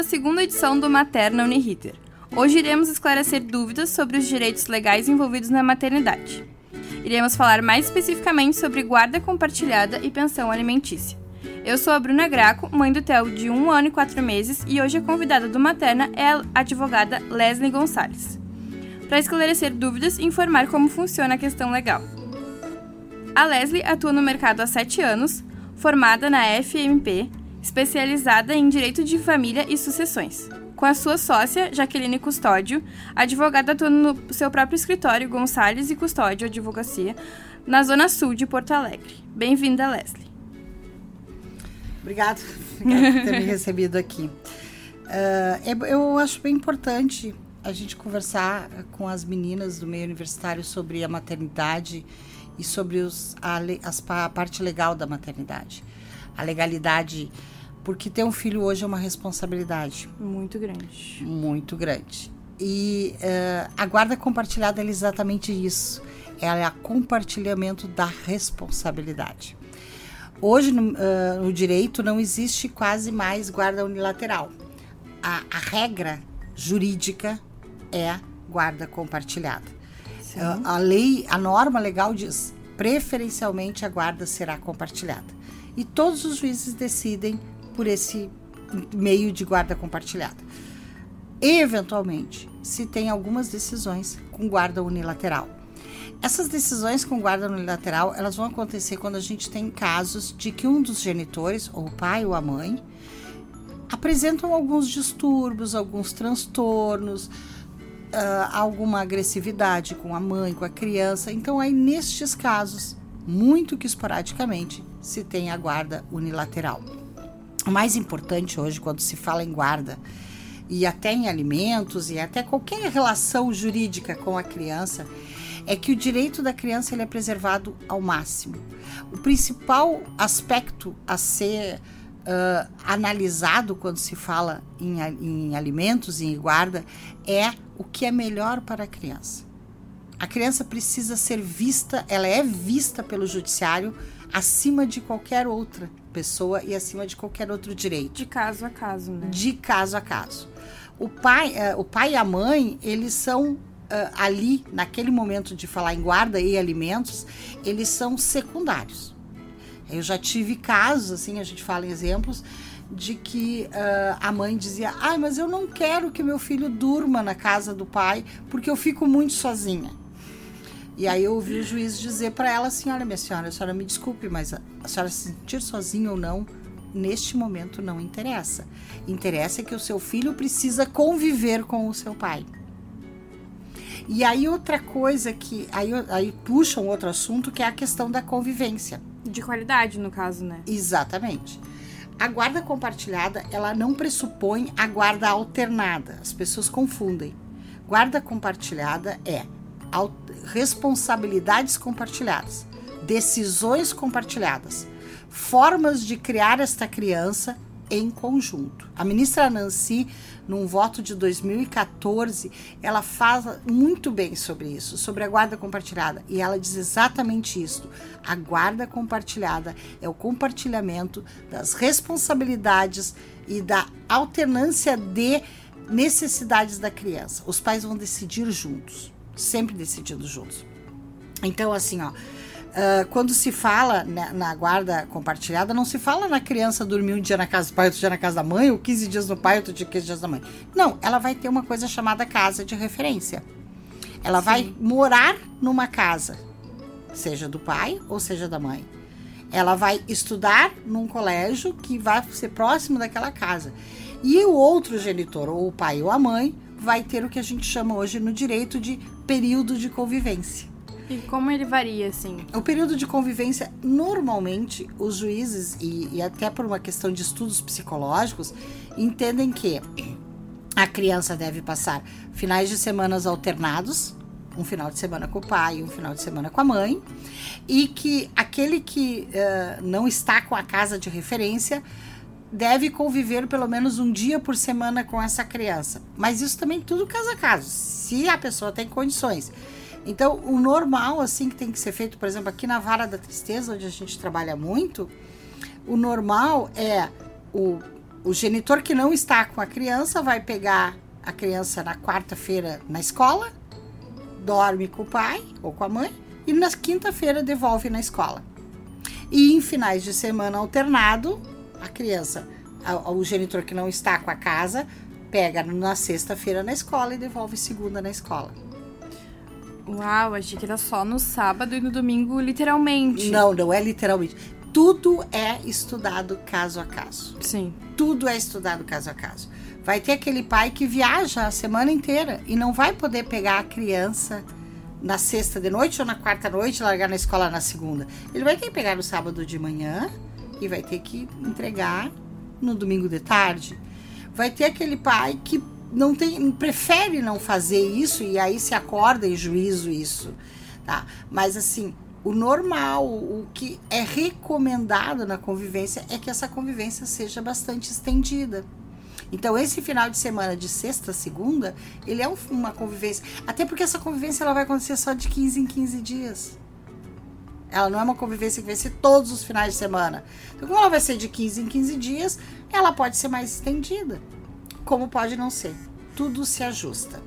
A segunda edição do Materna Uniriter. Hoje iremos esclarecer dúvidas sobre os direitos legais envolvidos na maternidade. Iremos falar mais especificamente sobre guarda compartilhada e pensão alimentícia. Eu sou a Bruna Graco, mãe do Theo de 1 ano e 4 meses, e hoje a convidada do Materna é a advogada Leslie Gonçalves, para esclarecer dúvidas e informar como funciona a questão legal. A Leslie atua no mercado há 7 anos, formada na FMP, especializada em Direito de Família e Sucessões. Com a sua sócia, Jaqueline Custódio, a advogada atua no seu próprio escritório Gonçalves e Custódio Advocacia, na Zona Sul de Porto Alegre. Bem-vinda, Leslie. Obrigada por ter me recebido aqui. Eu acho bem importante a gente conversar com as meninas do meio universitário sobre a maternidade e sobre a parte legal da maternidade. A legalidade, porque ter um filho hoje é uma responsabilidade. Muito grande. Muito grande. E a guarda compartilhada é exatamente isso. Ela é o compartilhamento da responsabilidade. Hoje, no direito, não existe quase mais guarda unilateral. A regra jurídica é guarda compartilhada. A norma legal diz, preferencialmente a guarda será compartilhada. E todos os juízes decidem por esse meio de guarda compartilhada. Eventualmente, se tem algumas decisões com guarda unilateral. Essas decisões com guarda unilateral, elas vão acontecer quando a gente tem casos de que um dos genitores, ou o pai ou a mãe, apresentam alguns distúrbios, alguns transtornos, alguma agressividade com a mãe, com a criança. Então, aí, nestes casos, muito que esporadicamente, se tem a guarda unilateral. O mais importante hoje, quando se fala em guarda, e até em alimentos, e até qualquer relação jurídica com a criança, é que o direito da criança ele é preservado ao máximo. O principal aspecto a ser analisado quando se fala em alimentos e em guarda é o que é melhor para a criança. A criança precisa ser vista, ela é vista pelo judiciário acima de qualquer outra pessoa e acima de qualquer outro direito. De caso a caso, né? De caso a caso. O pai e a mãe, eles são ali, naquele momento de falar em guarda e alimentos, eles são secundários. Eu já tive casos, assim, a gente fala em exemplos, de que a mãe dizia, mas eu não quero que meu filho durma na casa do pai, porque eu fico muito sozinha. E aí eu ouvi o juiz dizer para ela assim, olha, minha senhora, a senhora me desculpe, mas a senhora se sentir sozinha ou não, neste momento não interessa. Interessa que o seu filho precisa conviver com o seu pai. E aí outra coisa que, aí puxa um outro assunto, que é a questão da convivência. De qualidade, no caso, né? Exatamente. A guarda compartilhada, ela não pressupõe a guarda alternada. As pessoas confundem. Guarda compartilhada é responsabilidades compartilhadas, decisões compartilhadas, formas de criar esta criança em conjunto. A ministra Nancy, num voto de 2014, ela fala muito bem sobre isso, sobre a guarda compartilhada, e ela diz exatamente isso. A guarda compartilhada é o compartilhamento das responsabilidades e da alternância de necessidades da criança. Os pais vão decidir juntos, sempre decidindo juntos. Então, assim, quando se fala na guarda compartilhada, não se fala na criança dormir um dia na casa do pai, outro dia na casa da mãe, ou 15 dias no pai, outro dia 15 dias da mãe. Não, ela vai ter uma coisa chamada casa de referência. Ela vai morar numa casa, seja do pai ou seja da mãe. Ela vai estudar num colégio que vai ser próximo daquela casa. E o outro genitor, ou o pai ou a mãe, vai ter o que a gente chama hoje no direito de período de convivência. E como ele varia, assim? O período de convivência, normalmente, os juízes, e até por uma questão de estudos psicológicos, entendem que a criança deve passar finais de semanas alternados, um final de semana com o pai e um final de semana com a mãe, e que aquele que não está com a casa de referência deve conviver pelo menos um dia por semana com essa criança. Mas isso também tudo caso a caso, se a pessoa tem condições. Então, o normal, assim, que tem que ser feito, por exemplo, aqui na Vara da Tristeza, onde a gente trabalha muito, o normal é o O genitor que não está com a criança vai pegar a criança na quarta-feira na escola, dorme com o pai ou com a mãe e na quinta-feira devolve na escola. E em finais de semana alternado, a criança, o genitor que não está com a casa, pega na sexta-feira na escola e devolve segunda na escola. Uau, achei que era só no sábado e no domingo, literalmente. Não é literalmente. Tudo é estudado caso a caso. Sim. Tudo é estudado caso a caso. Vai ter aquele pai que viaja a semana inteira e não vai poder pegar a criança na sexta de noite ou na quarta noite e largar na escola na segunda. Ele vai ter que pegar no sábado de manhã e vai ter que entregar no domingo de tarde. Vai ter aquele pai que prefere não fazer isso e aí se acorda em juízo isso, tá? Mas assim, o normal, o que é recomendado na convivência é que essa convivência seja bastante estendida. Então, esse final de semana, de sexta a segunda, ele é uma convivência. Até porque essa convivência ela vai acontecer só de 15 em 15 dias. Ela não é uma convivência que vai ser todos os finais de semana. Então, como ela vai ser de 15 em 15 dias, ela pode ser mais estendida. Como pode não ser. Tudo se ajusta.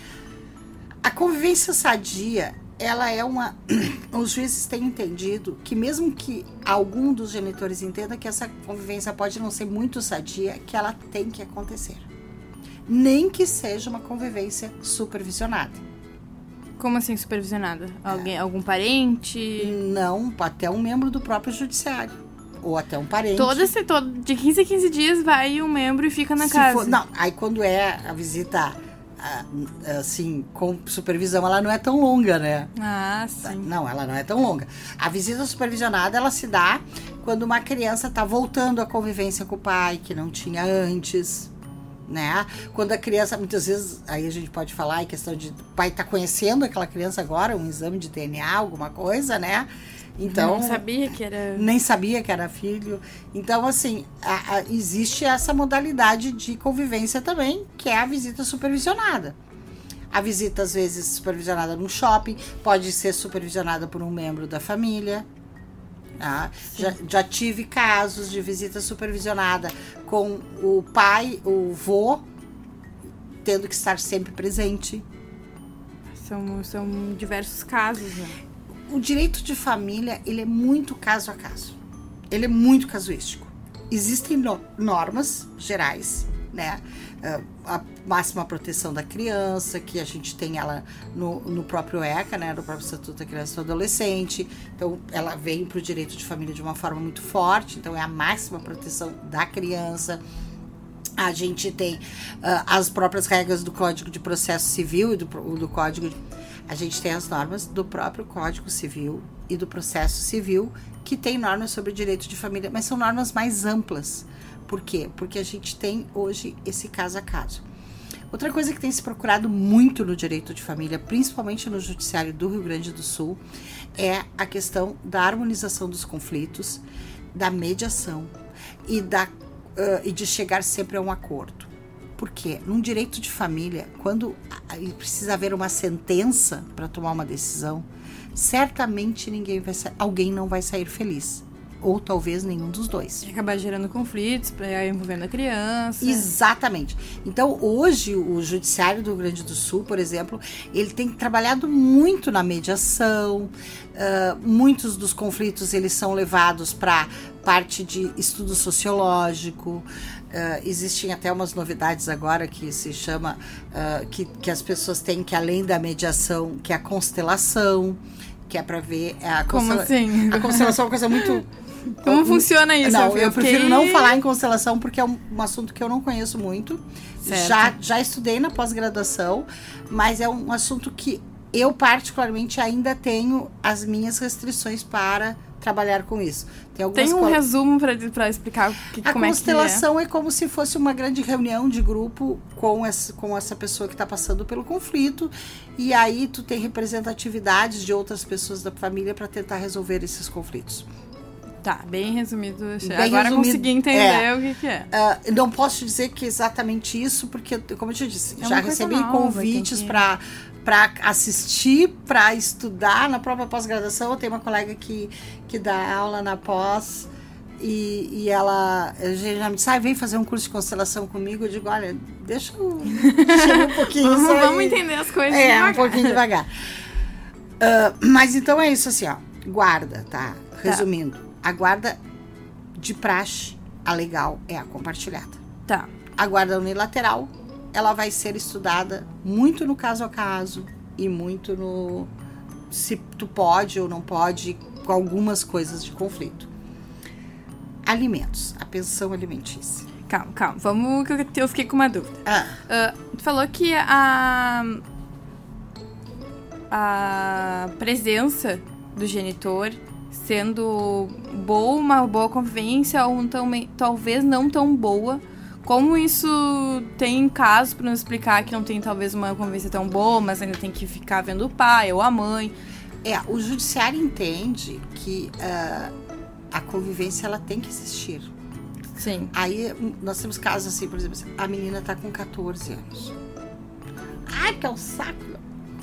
A convivência sadia, ela é uma... Os juízes têm entendido que mesmo que algum dos genitores entenda que essa convivência pode não ser muito sadia, que ela tem que acontecer. Nem que seja uma convivência supervisionada. Como assim supervisionada? Algum parente? Não, até um membro do próprio judiciário. Ou até um parente. De 15 a 15 dias vai um membro e fica na casa. Não, aí quando é a visita... assim, com supervisão, ela não é tão longa, né? Ah, sim. Não, ela não é tão longa. A visita supervisionada, ela se dá quando uma criança tá voltando à convivência com o pai, que não tinha antes, né? Quando a criança, muitas vezes, aí a gente pode falar em questão de o pai tá conhecendo aquela criança agora, um exame de DNA, alguma coisa, né? Então, não sabia que era... Nem sabia que era filho. Então, assim, existe essa modalidade de convivência também, que é a visita supervisionada. A visita, às vezes, supervisionada num shopping, pode ser supervisionada por um membro da família. Tá? Já tive casos de visita supervisionada com o pai, o vô, tendo que estar sempre presente. São diversos casos, né? O direito de família, ele é muito caso a caso. Ele é muito casuístico. Existem normas gerais, né? A máxima proteção da criança, que a gente tem ela no próprio ECA, né? No próprio Estatuto da Criança e do Adolescente. Então, ela vem para o direito de família de uma forma muito forte. Então, é a máxima proteção da criança. A gente tem as próprias regras do Código de Processo Civil e do Código de... A gente tem as normas do próprio Código Civil e do Processo Civil, que tem normas sobre o direito de família, mas são normas mais amplas. Por quê? Porque a gente tem hoje esse caso a caso. Outra coisa que tem se procurado muito no direito de família, principalmente no Judiciário do Rio Grande do Sul, é a questão da harmonização dos conflitos, da mediação e de chegar sempre a um acordo. Porque num direito de família, quando precisa haver uma sentença para tomar uma decisão, certamente alguém não vai sair feliz. Ou talvez nenhum dos dois. E acabar gerando conflitos, envolvendo a criança. Exatamente. Então, hoje, o Judiciário do Rio Grande do Sul, por exemplo, ele tem trabalhado muito na mediação. Muitos dos conflitos, eles são levados para parte de estudo sociológico. Existem até umas novidades agora que se chama, que as pessoas têm, que além da mediação, que é a constelação, que é para ver... Como assim? A constelação é uma coisa muito... Como funciona isso? Não, eu prefiro não falar em constelação porque é um assunto que eu não conheço muito. Já estudei na pós-graduação, mas é um assunto que eu particularmente ainda tenho as minhas restrições para trabalhar com isso. Tem um resumo para explicar como é que é? A constelação é como se fosse uma grande reunião de grupo com essa pessoa que está passando pelo conflito, e aí tu tem representatividades de outras pessoas da família para tentar resolver esses conflitos. Tá, bem resumido. Agora consegui entender o que é. Não posso te dizer que é exatamente isso, porque, como eu te disse, já recebi convites para assistir, para estudar na própria pós-graduação. Eu tenho uma colega que dá aula na pós, E ela já me disse, vem fazer um curso de constelação comigo. Eu digo, olha, deixa eu encher um pouquinho. Vamos entender as coisas devagar. Um pouquinho devagar. Mas então é isso assim, ó. Guarda, tá? Resumindo, a guarda de praxe, a legal, é a compartilhada. Tá. A guarda unilateral, ela vai ser estudada muito no caso a caso e muito no se tu pode ou não pode, com algumas coisas de conflito. Alimentos, a pensão alimentícia. Calma. Vamos, que eu fiquei com uma dúvida. Tu falou que a presença do genitor sendo uma boa convivência ou talvez não tão boa, como isso tem casos para nos explicar que não tem talvez uma convivência tão boa, mas ainda tem que ficar vendo o pai ou a mãe? O judiciário entende que a convivência ela tem que existir. Sim. Aí nós temos casos assim, por exemplo, a menina tá com 14 anos. Ai, que é um saco.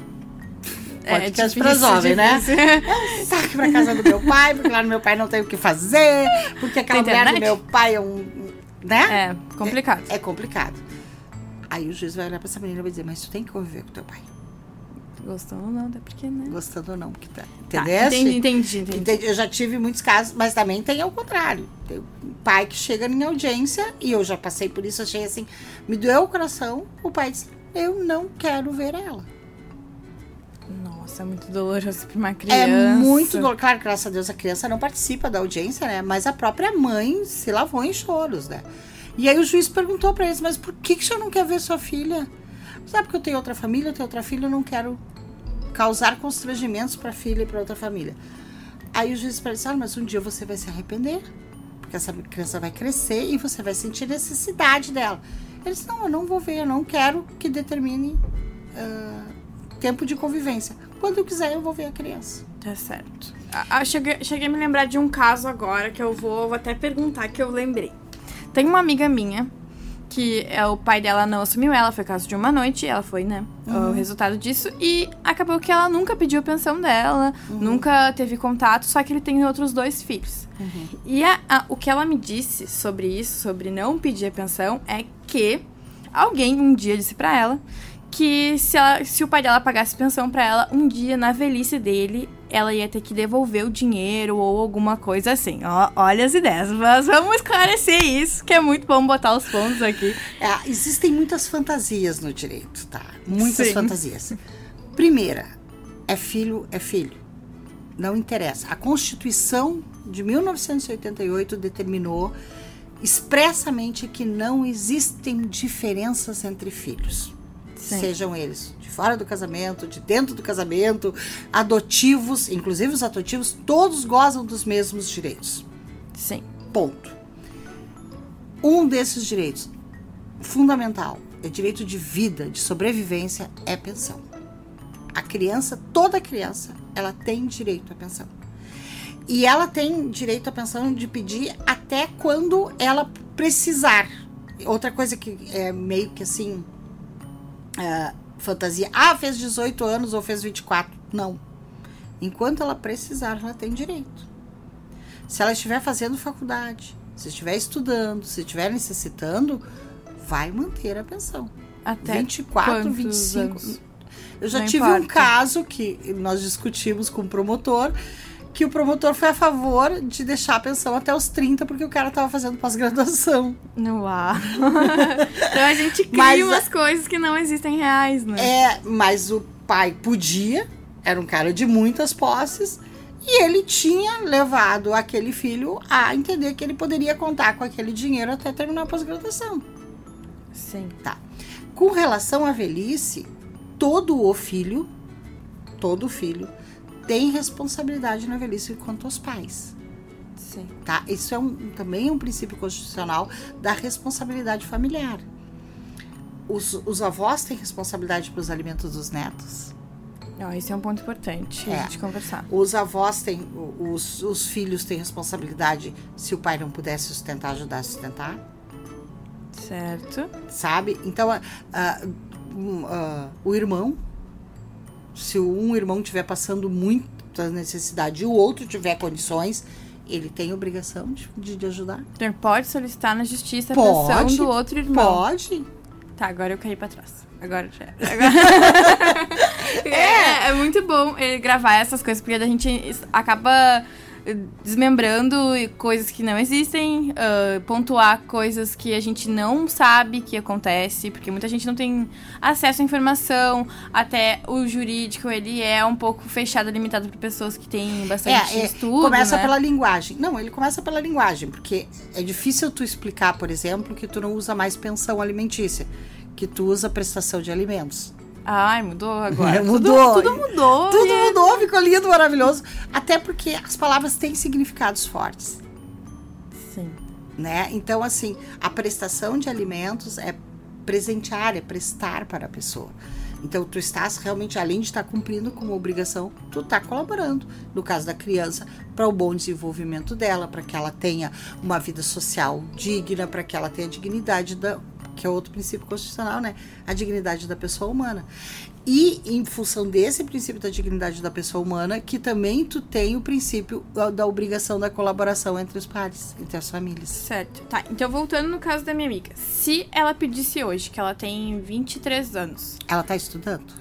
Podcast pra jovem, né? É um saco pra casa do meu pai, porque lá no meu pai não tem o que fazer, porque aquela mulher do meu pai é né? É complicado. É complicado. Aí o juiz vai olhar pra essa menina e vai dizer, mas tu tem que conviver com teu pai. Gostando ou não, até porque, né? Gostando ou não, porque tá. Entendeu? Entendi. Eu já tive muitos casos, mas também tem ao contrário. Tem um pai que chega em audiência, e eu já passei por isso, achei assim, me doeu o coração, o pai disse, eu não quero ver ela. Nossa, é muito doloroso pra uma criança. É muito doloroso. Claro, graças a Deus a criança não participa da audiência, né? Mas a própria mãe se lavou em choros, né? E aí o juiz perguntou pra eles, mas por que o senhor não quer ver sua filha? Sabe que eu tenho outra família, eu tenho outra filha, eu não quero causar constrangimentos pra filha e pra outra família. Aí o juiz disse, mas um dia você vai se arrepender, porque essa criança vai crescer e você vai sentir necessidade dela. Ele disse, não, eu não vou ver, eu não quero que determine tempo de convivência. Quando eu quiser, eu vou ver a criança. Tá certo. Cheguei a me lembrar de um caso agora que eu vou até perguntar, que eu lembrei. Tem uma amiga minha que o pai dela não assumiu ela, foi caso de uma noite, ela foi, né, o resultado disso, e acabou que ela nunca pediu a pensão dela, nunca teve contato, só que ele tem outros 2 filhos. E o que ela me disse sobre isso, sobre não pedir a pensão, é que alguém um dia disse pra ela que se o pai dela pagasse pensão pra ela, um dia, na velhice dele, ela ia ter que devolver o dinheiro ou alguma coisa assim. Olha as ideias, mas vamos esclarecer isso, que é muito bom botar os pontos aqui. Existem muitas fantasias no direito, tá? Muitas Sim. fantasias. Primeira, é filho. Não interessa. A Constituição de 1988 determinou expressamente que não existem diferenças entre filhos. Sim. Sejam eles de fora do casamento, de dentro do casamento, adotivos, inclusive os adotivos, todos gozam dos mesmos direitos. Sim. Ponto. Um desses direitos, fundamental, é direito de vida, de sobrevivência, é pensão. A criança, toda criança, ela tem direito à pensão. E ela tem direito à pensão de pedir até quando ela precisar. Outra coisa que é meio que assim... fantasia, fez 18 anos ou fez 24, não, enquanto ela precisar, ela tem direito. Se ela estiver fazendo faculdade, se estiver estudando, se estiver necessitando, vai manter a pensão. Até 24, 25 anos? Eu já não tive importa. Um caso que nós discutimos com o promotor, que o promotor foi a favor de deixar a pensão até os 30, porque o cara estava fazendo pós-graduação. Uau! Então a gente cria umas coisas que não existem reais, né? Mas o pai podia, era um cara de muitas posses, e ele tinha levado aquele filho a entender que ele poderia contar com aquele dinheiro até terminar a pós-graduação. Sim. Tá. Com relação à velhice, todo filho tem responsabilidade na velhice quanto aos pais. Sim. Tá? Isso também é um princípio constitucional da responsabilidade familiar. Os avós têm responsabilidade pelos alimentos dos netos. Esse é um ponto importante de conversar. Os avós têm, os filhos têm responsabilidade se o pai não puder sustentar, ajudar a sustentar. Certo. Sabe? Então, o irmão, se um irmão estiver passando muita necessidade e o outro tiver condições, ele tem obrigação de ajudar? Então ele pode solicitar na justiça a Pode, pensão do outro irmão. Pode. Tá, agora eu caí pra trás. Agora já era. É muito bom gravar essas coisas, porque a gente acaba desmembrando coisas que não existem, pontuar coisas que a gente não sabe que acontece, porque muita gente não tem acesso à informação, até o jurídico, ele é um pouco fechado, limitado para pessoas que têm bastante estudo, começa né? pela linguagem. Não, ele começa pela linguagem, porque é difícil tu explicar, por exemplo, que tu não usa mais pensão alimentícia, que tu usa prestação de alimentos. Ai, mudou agora. Mudou. Tudo mudou. Tudo mudou, ficou lindo, maravilhoso. Até porque as palavras têm significados fortes. Sim. Né? Então, assim, a prestação de alimentos é presentear, é prestar para a pessoa. Então, tu estás realmente, além de estar cumprindo com uma obrigação, tu está colaborando, no caso da criança, para o bom desenvolvimento dela, para que ela tenha uma vida social digna, para que ela tenha dignidade que é outro princípio constitucional, né? A dignidade da pessoa humana. E, em função desse princípio da dignidade da pessoa humana, que também tu tem o princípio da obrigação da colaboração entre os pares, entre as famílias. Certo. Tá, então voltando no caso da minha amiga. Se ela pedisse hoje, que ela tem 23 anos... Ela tá estudando?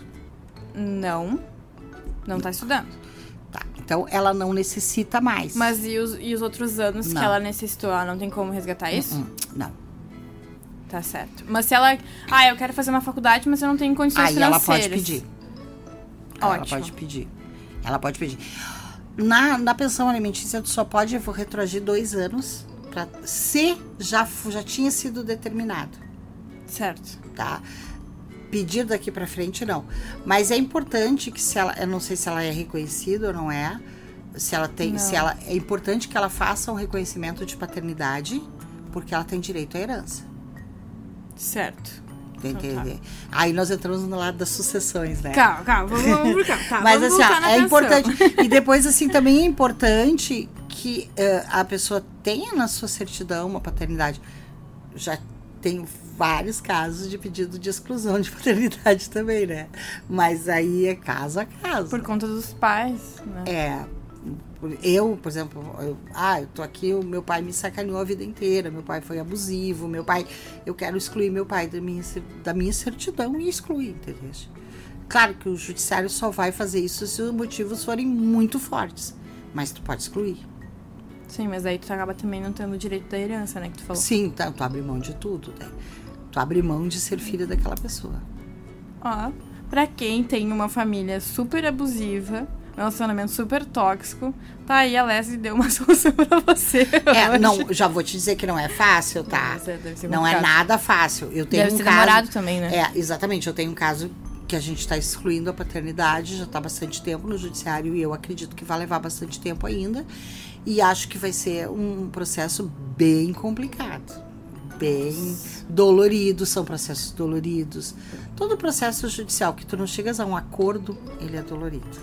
Não tá estudando. Tá, então ela não necessita mais. Mas e os outros anos que ela necessitou? Ela não tem como resgatar isso? Não. Tá certo. Mas se ela... eu quero fazer uma faculdade, mas eu não tenho condições financeiras. Aí ela pode pedir. Ótimo. Ela pode pedir. Na pensão alimentícia, tu só pode retroagir 2 anos se já tinha sido determinado. Certo. Tá? Pedir daqui pra frente, não. Mas é importante que eu não sei se ela é reconhecida ou não é, é importante que ela faça um reconhecimento de paternidade, porque ela tem direito à herança. Certo. Entender? Tá. Aí nós entramos no lado das sucessões, né? Calma, vamos por cá. Tá, mas vamos assim, é importante. E depois, assim, também é importante que a pessoa tenha na sua certidão uma paternidade. Já tenho vários casos de pedido de exclusão de paternidade também, né? Mas aí é caso a caso. Por conta dos pais, né? Eu, por exemplo, eu tô aqui, o meu pai me sacaneou a vida inteira, meu pai foi abusivo, eu quero excluir meu pai da minha certidão e excluir, entendeu? Claro que o judiciário só vai fazer isso se os motivos forem muito fortes, mas tu pode excluir. Sim, mas aí tu acaba também não tendo o direito da herança, né, que tu falou. Sim, tá, tu abre mão de tudo, né? Tu abre mão de ser filha daquela pessoa. Pra quem tem uma família super abusiva, relacionamento super tóxico, tá aí a Leslie deu uma solução pra você. Não, já vou te dizer que não é fácil, tá? Deve ser não é nada fácil. Eu tenho deve ser demorado também, né? Exatamente. Eu tenho um caso que a gente está excluindo a paternidade, já está há bastante tempo no judiciário e eu acredito que vai levar bastante tempo ainda. E acho que vai ser um processo bem complicado. Bem dolorido, são processos doloridos. Todo processo judicial que tu não chegas a um acordo, ele é dolorido.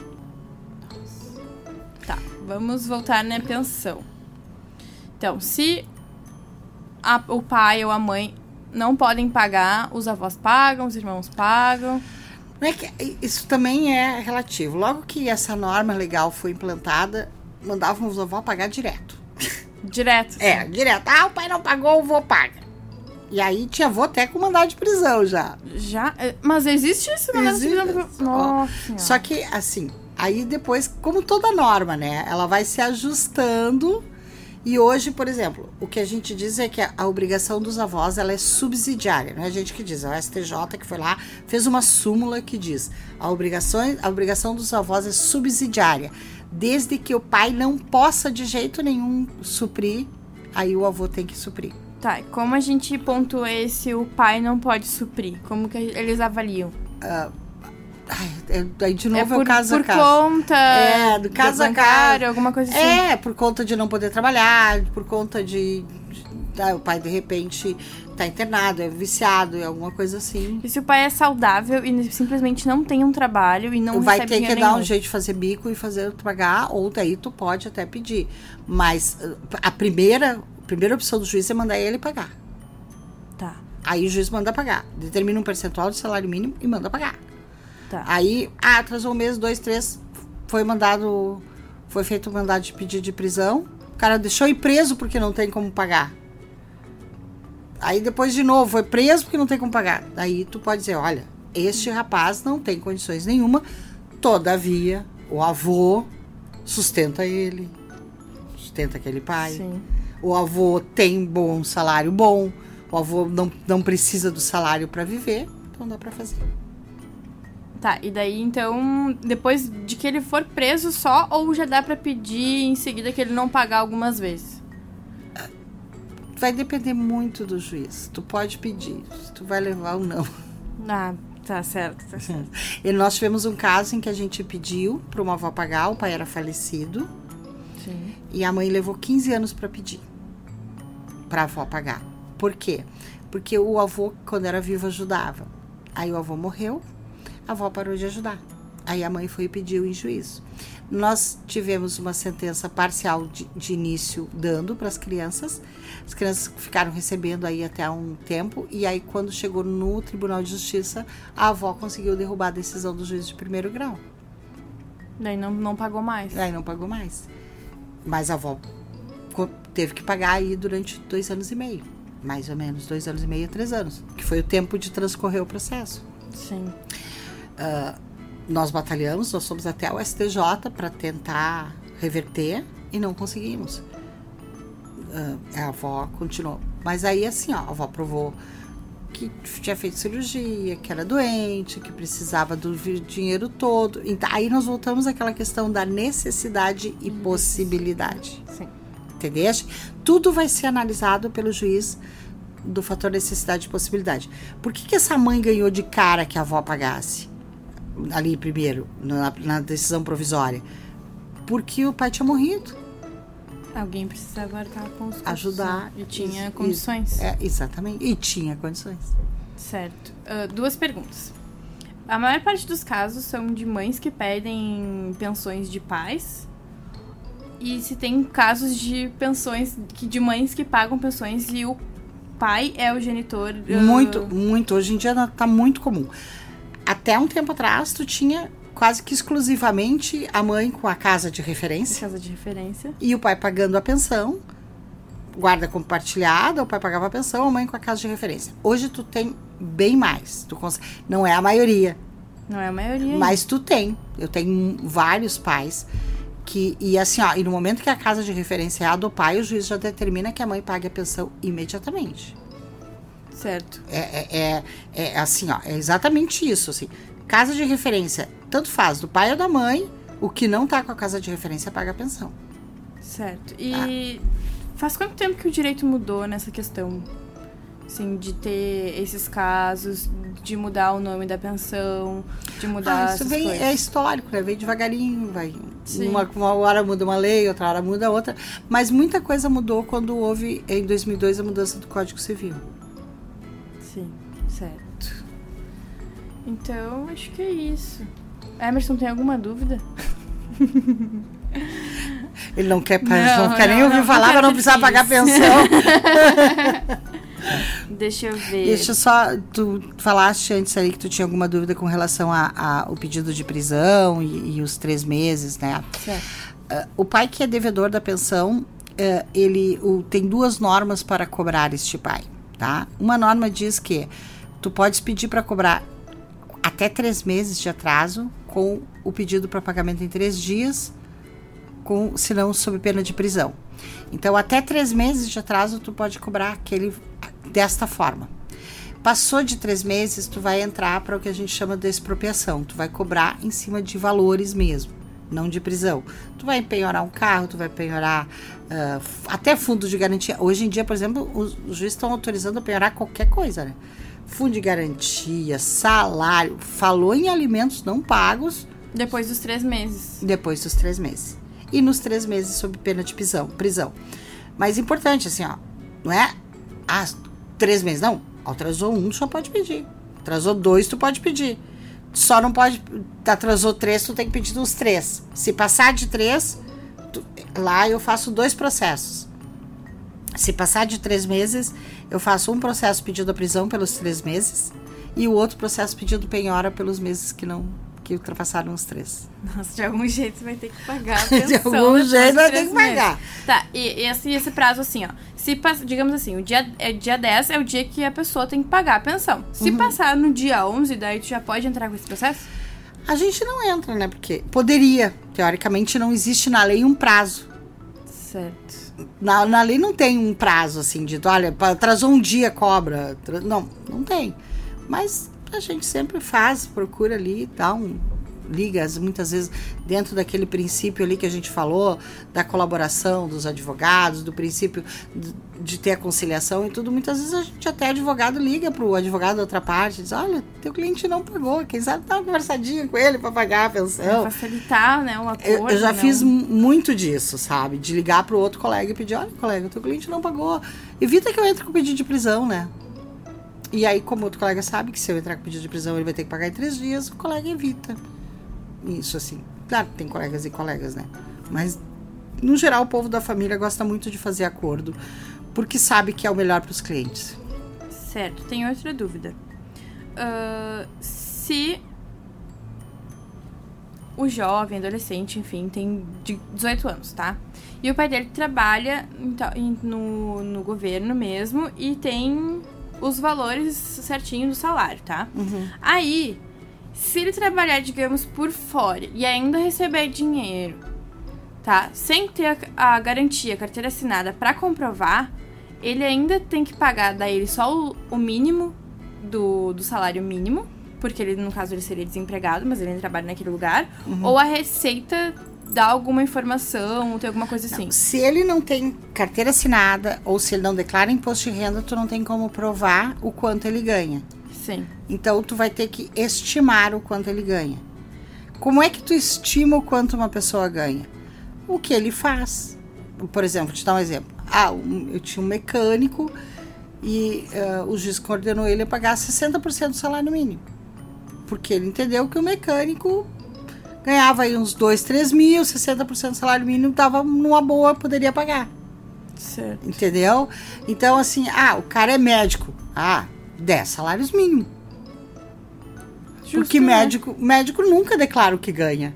Tá, vamos voltar na pensão. Então, se o pai ou a mãe não podem pagar, os avós pagam, os irmãos pagam. Não é que isso também é relativo. Logo que essa norma legal foi implantada, mandavam os avós pagar direto. Direto? Sim. Direto. O pai não pagou, o avô paga. E aí tinha avô até com mandado de prisão já. Já? Mas existe isso? Mandado de prisão? Nossa. Só que, assim, aí depois, como toda norma, né? Ela vai se ajustando. E hoje, por exemplo, o que a gente diz é que a obrigação dos avós, ela é subsidiária. Não é a gente que diz, é o STJ que foi lá, fez uma súmula que diz a obrigação dos avós é subsidiária. Desde que o pai não possa de jeito nenhum suprir, aí o avô tem que suprir. Tá, e como a gente pontua esse o pai não pode suprir? Como que eles avaliam? Aí de novo é o caso a caso. Por conta do caso a caso, alguma coisa assim. Por conta de não poder trabalhar, por conta de o pai de repente tá internado, é viciado, é alguma coisa assim. E se o pai é saudável e simplesmente não tem um trabalho e não vai recebe ter que dinheiro dar nenhum. um jeito de fazer bico e fazer pagar, ou daí tu pode até pedir. Mas a primeira opção do juiz é mandar ele pagar. Tá. Aí o juiz manda pagar. Determina um percentual do salário mínimo e manda pagar. Tá. Aí, atrasou um mês, 2, 3, foi feito o mandado de pedido de prisão, O cara deixou ir preso porque não tem como pagar. Aí depois de novo, foi preso porque não tem como pagar. Daí tu pode dizer, olha, este rapaz não tem condições nenhuma, todavia, o avô sustenta ele, sustenta aquele pai. Sim. O avô tem bom salário bom, o avô não precisa do salário para viver, então dá para fazer. Tá, e daí então, depois de que ele for preso só, ou já dá pra pedir em seguida que ele não pagar algumas vezes? Vai depender muito do juiz. Tu pode pedir, se tu vai levar ou não. Ah, tá certo. E nós tivemos um caso em que a gente pediu para uma avó pagar, o pai era falecido. Sim. E a mãe levou 15 anos para pedir, para a avó pagar. Por quê? Porque o avô, quando era vivo, ajudava. Aí o avô morreu, a avó parou de ajudar. Aí a mãe foi e pediu em juízo. Nós tivemos uma sentença parcial de início dando para as crianças. As crianças ficaram recebendo aí até um tempo. E aí, quando chegou no Tribunal de Justiça, a avó conseguiu derrubar a decisão do juiz de primeiro grau. Daí não pagou mais. Aí não pagou mais. Mas a avó teve que pagar aí durante 2 anos e meio. Mais ou menos, 2 anos e meio a 3 anos. Que foi o tempo de transcorrer o processo. Sim. Nós batalhamos, nós fomos até o STJ para tentar reverter e não conseguimos. A avó continuou. Mas aí, assim, ó, a avó provou que tinha feito cirurgia, que era doente, que precisava do dinheiro todo. Então, aí nós voltamos àquela questão da necessidade e possibilidade. Sim. Entendeste? Tudo vai ser analisado pelo juiz do fator necessidade e possibilidade. Por que essa mãe ganhou de cara que a avó pagasse? Ali primeiro, na decisão provisória. Porque o pai tinha morrido. Alguém precisava arcar com os custos. Ajudar. E tinha condições. Exatamente. E tinha condições. Certo. 2 perguntas. A maior parte dos casos são de mães que pedem pensões de pais. E se tem casos de pensões, de mães que pagam pensões e o pai é o genitor. Muito. Hoje em dia tá muito comum. Até um tempo atrás, tu tinha quase que exclusivamente a mãe com a casa de referência. Casa de referência. E o pai pagando a pensão, guarda compartilhada, o pai pagava a pensão, a mãe com a casa de referência. Hoje tu tem bem mais. Não é a maioria. Não é a maioria. Mas tu tem. Eu tenho vários pais que... E assim, ó, e no momento que a casa de referência é a do pai, o juiz já determina que a mãe pague a pensão imediatamente. Certo. É assim, ó, é exatamente isso, assim. Casa de referência, tanto faz do pai ou da mãe, o que não tá com a casa de referência paga a pensão. Certo. E faz quanto tempo que o direito mudou nessa questão? Assim, de ter esses casos, de mudar o nome da pensão, de mudar isso essas vem, coisas. é histórico, né? Vem devagarinho, vai. Sim. Uma hora muda uma lei, outra hora muda outra. Mas muita coisa mudou quando houve, em 2002, a mudança do Código Civil. Sim, certo. Então, acho que é isso. Emerson, tem alguma dúvida? Ele não quer nem ouvir falar para não precisar pagar pensão. Deixa eu ver. Deixa só, tu falaste antes aí que tu tinha alguma dúvida com relação ao pedido de prisão e os 3 meses, né? Certo. O pai que é devedor da pensão, ele tem 2 normas para cobrar este pai, tá? Uma norma diz que tu podes pedir para cobrar até 3 meses de atraso com o pedido para pagamento em 3 dias, se não sob pena de prisão. Então, até 3 meses de atraso, tu pode cobrar aquele desta forma. Passou de 3 meses, tu vai entrar para o que a gente chama de expropriação. Tu vai cobrar em cima de valores mesmo, não de prisão. Tu vai penhorar um carro, tu vai penhorar até fundo de garantia. Hoje em dia, por exemplo, os juízes estão autorizando a penhorar qualquer coisa, né? Fundo de garantia, salário, falou em alimentos não pagos. Depois dos 3 meses. Depois dos 3 meses. E nos 3 meses sob pena de prisão. Mas importante, assim, ó, não é 3 meses, não. Atrasou 1, tu só pode pedir. Atrasou 2, tu pode pedir. Só não pode, atrasou 3, tu tem que pedir os 3. Se passar de 3, lá eu faço 2 processos. Se passar de 3 meses, eu faço um processo pedido a prisão pelos 3 meses e o outro processo pedido penhora pelos meses que que ultrapassaram os 3. Nossa, de algum jeito você vai ter que pagar a pensão. De algum jeito vai ter que pagar. Tá, e esse prazo assim, ó. Se digamos assim, dia 10 é o dia que a pessoa tem que pagar a pensão. Se passar no dia 11, daí tu já pode entrar com esse processo? A gente não entra, né? Porque poderia. Teoricamente não existe na lei um prazo. Certo. Na lei não tem um prazo, assim, de, olha, atrasou um dia, cobra. Não tem. Mas a gente sempre procura ali, liga, muitas vezes, dentro daquele princípio ali que a gente falou, da colaboração dos advogados, do princípio de ter a conciliação e tudo. Muitas vezes a gente até advogado liga pro advogado da outra parte, diz, olha, teu cliente não pagou, quem sabe dá uma conversadinha com ele para pagar a pensão. Pra facilitar, né, um acordo. Eu já fiz muito disso, sabe? De ligar pro outro colega e pedir, olha, colega, teu cliente não pagou. Evita que eu entre com pedido de prisão, né? E aí, como o outro colega sabe que se eu entrar com pedido de prisão ele vai ter que pagar em 3 dias, o colega evita. Isso, assim. Claro que tem colegas e colegas, né? Mas, no geral, o povo da família gosta muito de fazer acordo, porque sabe que é o melhor para os clientes. Certo. Tem outra dúvida. Se o jovem, adolescente, enfim, tem 18 anos, tá? E o pai dele trabalha no governo mesmo e tem os valores certinho do salário, tá? Aí, se ele trabalhar, digamos, por fora e ainda receber dinheiro, tá? Sem ter a garantia, a carteira assinada pra comprovar, ele ainda tem que pagar daí só o mínimo do salário mínimo, porque ele, no caso, ele seria desempregado, mas ele trabalha naquele lugar, ou a Receita dá alguma informação, ou tem alguma coisa assim. Não, se ele não tem carteira assinada, ou se ele não declara imposto de renda, tu não tem como provar o quanto ele ganha. Sim. Então, tu vai ter que estimar o quanto ele ganha. Como é que tu estima o quanto uma pessoa ganha? O que ele faz. Por exemplo, vou te dar um exemplo. Eu tinha um mecânico e o juiz coordenou ele a pagar 60% do salário mínimo. Porque ele entendeu que o mecânico ganhava aí uns 2, 3 mil, 60% do salário mínimo, estava numa boa, poderia pagar. Certo. Entendeu? Então, assim, o cara é médico. 10 salários mínimos. Justo, porque médico nunca declara o que ganha.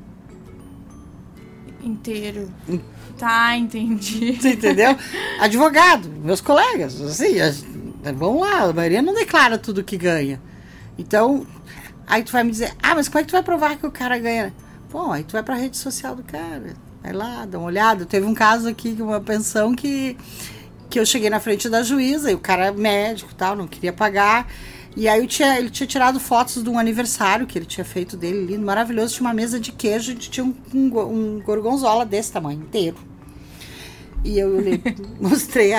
Inteiro. Tá, entendi. Você entendeu? Advogado, meus colegas, assim, vamos lá, a maioria não declara tudo o que ganha. Então, aí tu vai me dizer, mas como é que tu vai provar que o cara ganha? Bom, aí tu vai pra rede social do cara, vai lá, dá uma olhada. Teve um caso aqui, uma pensão que eu cheguei na frente da juíza, e o cara é médico e tal, não queria pagar. E aí ele tinha tirado fotos de um aniversário que ele tinha feito dele, lindo, maravilhoso. Tinha uma mesa de queijo, tinha um gorgonzola desse tamanho, inteiro. E eu mostrei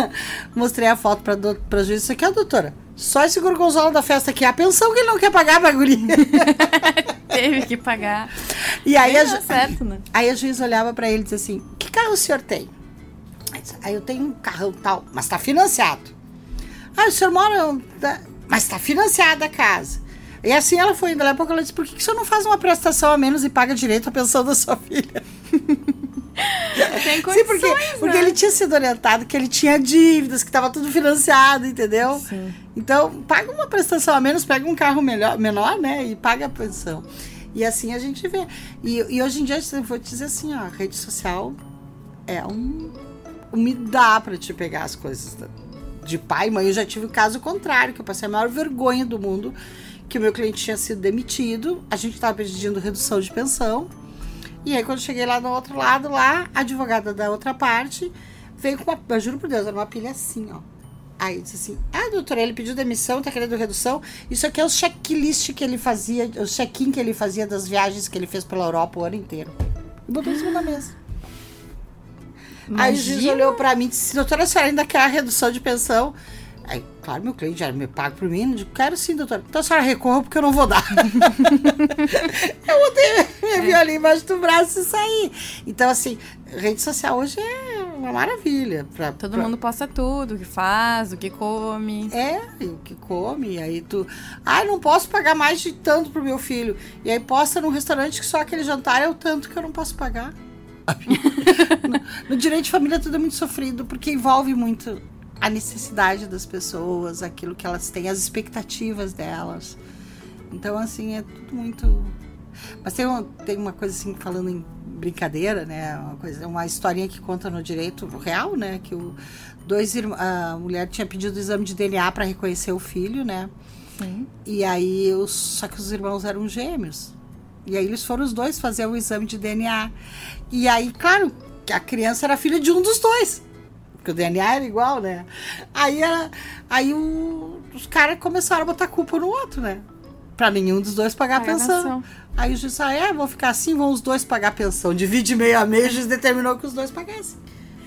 a foto pra juíza. Isso aqui, doutora, só esse gorgonzola da festa aqui, a pensão que ele não quer pagar pra guria. Teve que pagar. E aí certo, né? Aí a juíza olhava pra ele e dizia assim, que carro o senhor tem? Aí eu tenho um carrão tal, mas tá financiado. O senhor mora... Mas tá financiada a casa. E assim ela foi indo. Daí a pouco ela disse, por que o senhor não faz uma prestação a menos e paga direito a pensão da sua filha? Tem condições, sim, porque ele tinha sido orientado que ele tinha dívidas, que estava tudo financiado, entendeu? Sim. Então, paga uma prestação a menos, pega um carro menor, né? E paga a pensão. E assim a gente vê. E hoje em dia, eu vou te dizer assim, a rede social é me dá pra te pegar as coisas de pai e mãe. Eu já tive o caso contrário, que eu passei a maior vergonha do mundo, que o meu cliente tinha sido demitido, a gente estava pedindo redução de pensão, e aí quando eu cheguei lá no outro lado, lá, a advogada da outra parte veio com eu juro por Deus, era uma pilha assim, ó. Aí disse assim, doutora, ele pediu demissão, tá querendo redução, isso aqui é o checklist que ele fazia, o check-in que ele fazia das viagens que ele fez pela Europa o ano inteiro. E botou em cima da mesa. Imagina. Aí o juiz olhou pra mim e disse, doutora, a senhora ainda quer a redução de pensão? Aí, claro, meu cliente já me paga por mim. Eu digo, quero sim, doutora. Então a senhora recorra porque eu não vou dar. Eu botei minha violinha embaixo do braço e saí. Então, assim, rede social hoje é uma maravilha. Todo mundo posta tudo, o que faz, o que come. O que come. E aí tu... não posso pagar mais de tanto pro meu filho. E aí posta num restaurante que só aquele jantar é o tanto que eu não posso pagar. No direito de família tudo é muito sofrido, porque envolve muito a necessidade das pessoas, aquilo que elas têm, as expectativas delas. Então, assim, é tudo muito Mas tem uma coisa assim, falando em brincadeira, né? Uma historinha que conta no direito real, né? Que a mulher tinha pedido o exame de DNA para reconhecer o filho, né? Sim. E aí, só que os irmãos eram gêmeos. E aí eles foram os dois fazer o exame de DNA. E aí, claro, que a criança era filha de um dos dois. Porque o DNA era igual, né? Aí os caras começaram a botar culpa no outro, né? Pra nenhum dos dois pagar a pensão. Aí o juiz disse, vão ficar assim, vão os dois pagar a pensão. Divide meio a meio, o juiz determinou que os dois pagassem.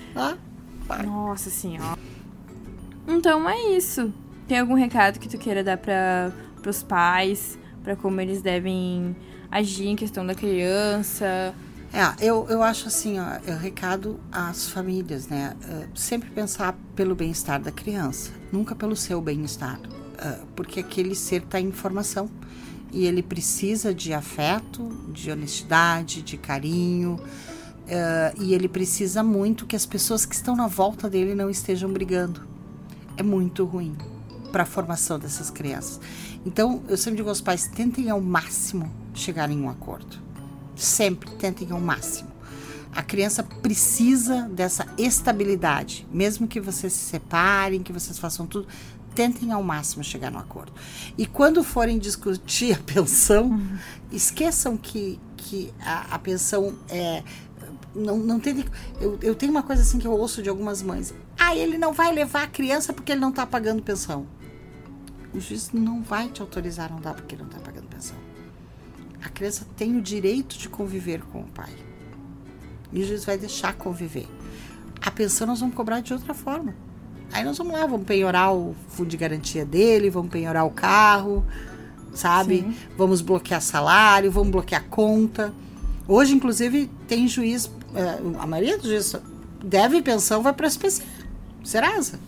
Nossa senhora. Então é isso. Tem algum recado que tu queira dar pros pais? Pra como eles devem agir em questão da criança? Eu acho assim, recado às famílias, né? Sempre pensar pelo bem-estar da criança, nunca pelo seu bem-estar. Porque aquele ser está em formação e ele precisa de afeto, de honestidade, de carinho, e ele precisa muito que as pessoas que estão na volta dele não estejam brigando. É muito ruim para a formação dessas crianças. Então, eu sempre digo aos pais, tentem ao máximo chegar em um acordo. Sempre tentem ao máximo. A criança precisa dessa estabilidade. Mesmo que vocês se separem, que vocês façam tudo, tentem ao máximo chegar no acordo. E quando forem discutir a pensão, esqueçam que a pensão é... Não tem... Eu tenho uma coisa assim que eu ouço de algumas mães. Ele não vai levar a criança porque ele não está pagando pensão. O juiz não vai te autorizar a não dar porque ele não está pagando pensão. A criança tem o direito de conviver com o pai. E o juiz vai deixar conviver. A pensão nós vamos cobrar de outra forma. Aí nós vamos lá, vamos penhorar o fundo de garantia dele, vamos penhorar o carro, sabe? Sim. Vamos bloquear salário, vamos bloquear conta. Hoje, inclusive, tem juiz, a maioria dos juízes deve pensão, vai para a SPC, Serasa.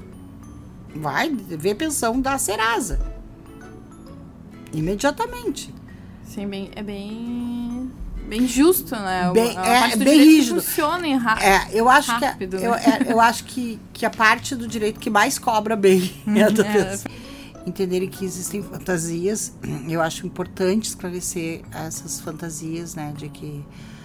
Vai ver pensão da Serasa. Imediatamente. Sim, é bem justo, né? É bem rígido. Funciona eu acho rápido, que né? eu acho que a parte do direito que mais cobra bem é a da pensão. Entenderem que existem fantasias. Eu acho importante esclarecer essas fantasias, né? De que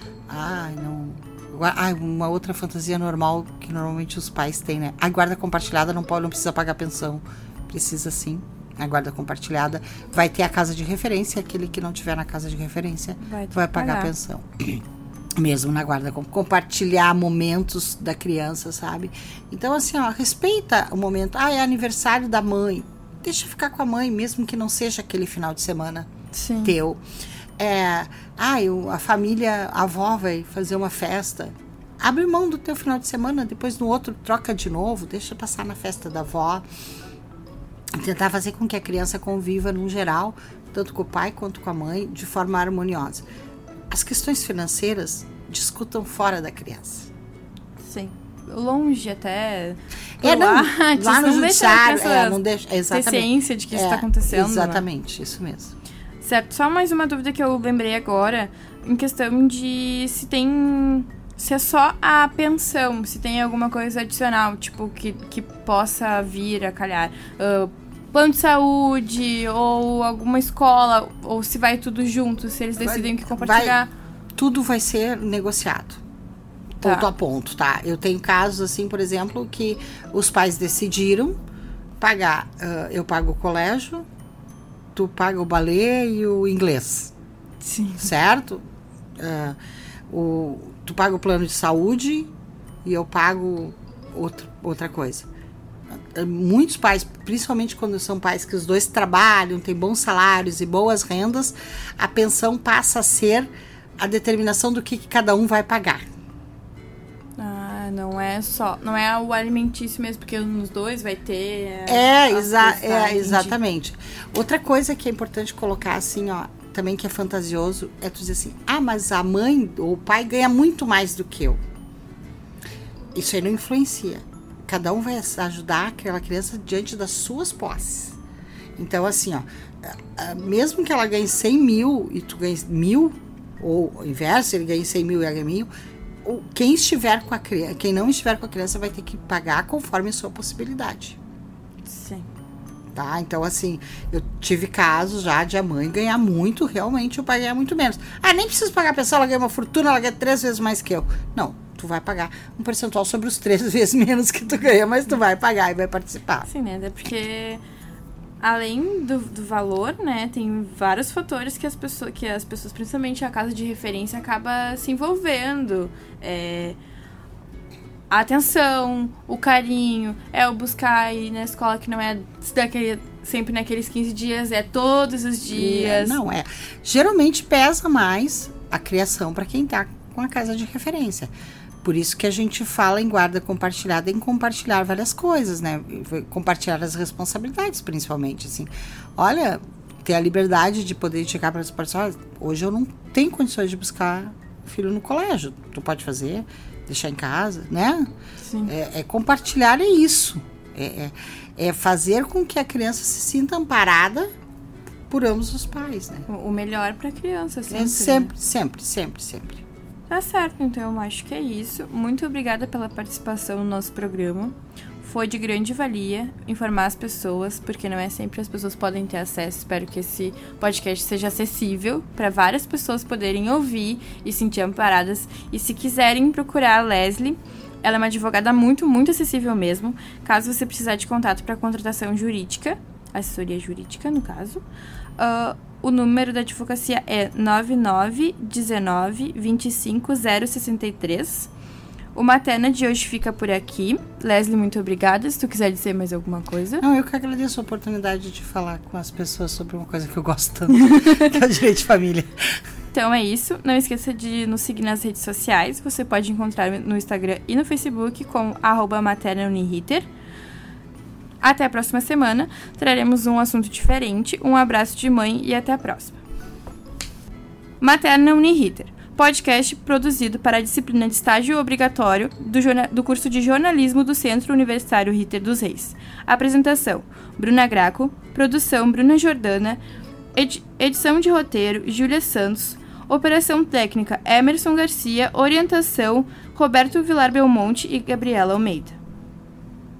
uma outra fantasia normal que normalmente os pais têm, né? A guarda compartilhada não precisa pagar pensão. Precisa sim. A guarda compartilhada vai ter a casa de referência. Aquele que não tiver na casa de referência vai pagar a pensão. Mesmo na guarda, compartilhar momentos da criança, sabe? Então, assim, respeita o momento. É aniversário da mãe. Deixa ficar com a mãe, mesmo que não seja aquele final de semana teu. A família, a avó vai fazer uma festa. Abre mão do teu final de semana, depois no outro troca de novo, deixa passar na festa da avó. Tentar fazer com que a criança conviva, no geral, tanto com o pai quanto com a mãe, de forma harmoniosa. As questões financeiras discutam fora da criança. Sim. Longe até... lá no judiciário, não deixa... Exatamente. Ter ciência de que isso está acontecendo. Exatamente, né? Isso mesmo. Certo. Só mais uma dúvida que eu lembrei agora, em questão de se é só a pensão, se tem alguma coisa adicional, tipo, que possa vir a calhar. Plano de saúde, ou alguma escola, ou se vai tudo junto, se eles decidem que compartilhar. Tudo vai ser negociado. Ponto a ponto, tá? Eu tenho casos, assim, por exemplo, que os pais decidiram pagar. Eu pago o colégio, tu paga o balé e o inglês. Sim. Certo? Tu paga o plano de saúde e eu pago outra coisa. Muitos pais, principalmente quando são pais que os dois trabalham, têm bons salários e boas rendas, a pensão passa a ser a determinação do que cada um vai pagar. Não é o alimentício mesmo, porque nos dois vai ter... Exatamente. Outra coisa que é importante colocar assim, também que é fantasioso, é tu dizer assim, mas a mãe ou o pai ganha muito mais do que eu. Isso aí não influencia. Cada um vai ajudar aquela criança diante das suas posses. Então, assim, mesmo que ela ganhe 100 mil e tu ganhe 1.000, ou o inverso, ele ganha 100 mil e ela ganha 1.000, quem estiver com a criança, quem não estiver com a criança vai ter que pagar conforme a sua possibilidade. Sim. Tá? Então, assim, eu tive casos já de a mãe ganhar muito, realmente o pai ganhar muito menos. Ah, nem preciso pagar a pensão, ela ganha uma fortuna, ela ganha 3 vezes mais que eu. Não, tu vai pagar um percentual sobre os 3 vezes menos que tu ganha, mas tu vai pagar e vai participar. Sim, né? Porque além do valor, né, tem vários fatores que as pessoas, principalmente a casa de referência, acaba se envolvendo. A atenção, o carinho, o buscar ir na escola que não é sempre naqueles 15 dias, é todos os dias. Geralmente pesa mais a criação para quem tá com a casa de referência. Por isso que a gente fala em guarda compartilhada, em compartilhar várias coisas, né? Compartilhar as responsabilidades, principalmente, assim. Olha, ter a liberdade de poder chegar para as pessoas, hoje eu não tenho condições de buscar o filho no colégio. Tu pode fazer, deixar em casa, né? Sim. Compartilhar é isso. É fazer com que a criança se sinta amparada por ambos os pais, né? O melhor para a criança, sempre. Sempre. Tá certo, então eu acho que é isso. Muito obrigada pela participação no nosso programa. Foi de grande valia informar as pessoas, porque não é sempre as pessoas podem ter acesso. Espero que esse podcast seja acessível para várias pessoas poderem ouvir e sentir amparadas. E se quiserem procurar a Leslie, ela é uma advogada muito, muito acessível mesmo. Caso você precisar de contato para contratação jurídica, assessoria jurídica no caso, o número da advocacia é 9919-25-063. O Materna de hoje fica por aqui. Leslie, muito obrigada. Se tu quiser dizer mais alguma coisa. Não, eu que agradeço a oportunidade de falar com as pessoas sobre uma coisa que eu gosto tanto, que é o direito de família. Então é isso. Não esqueça de nos seguir nas redes sociais. Você pode encontrar no Instagram e no Facebook com @maternauniriter. Até a próxima semana. Traremos um assunto diferente. Um abraço de mãe e até a próxima. Materna Uniriter, podcast produzido para a disciplina de estágio obrigatório do curso de jornalismo do Centro Universitário Ritter dos Reis. Apresentação: Bruna Graco. Produção: Bruna Jordana. Edição de roteiro: Júlia Santos. Operação técnica: Emerson Garcia. Orientação: Roberto Vilar Belmonte e Gabriela Almeida.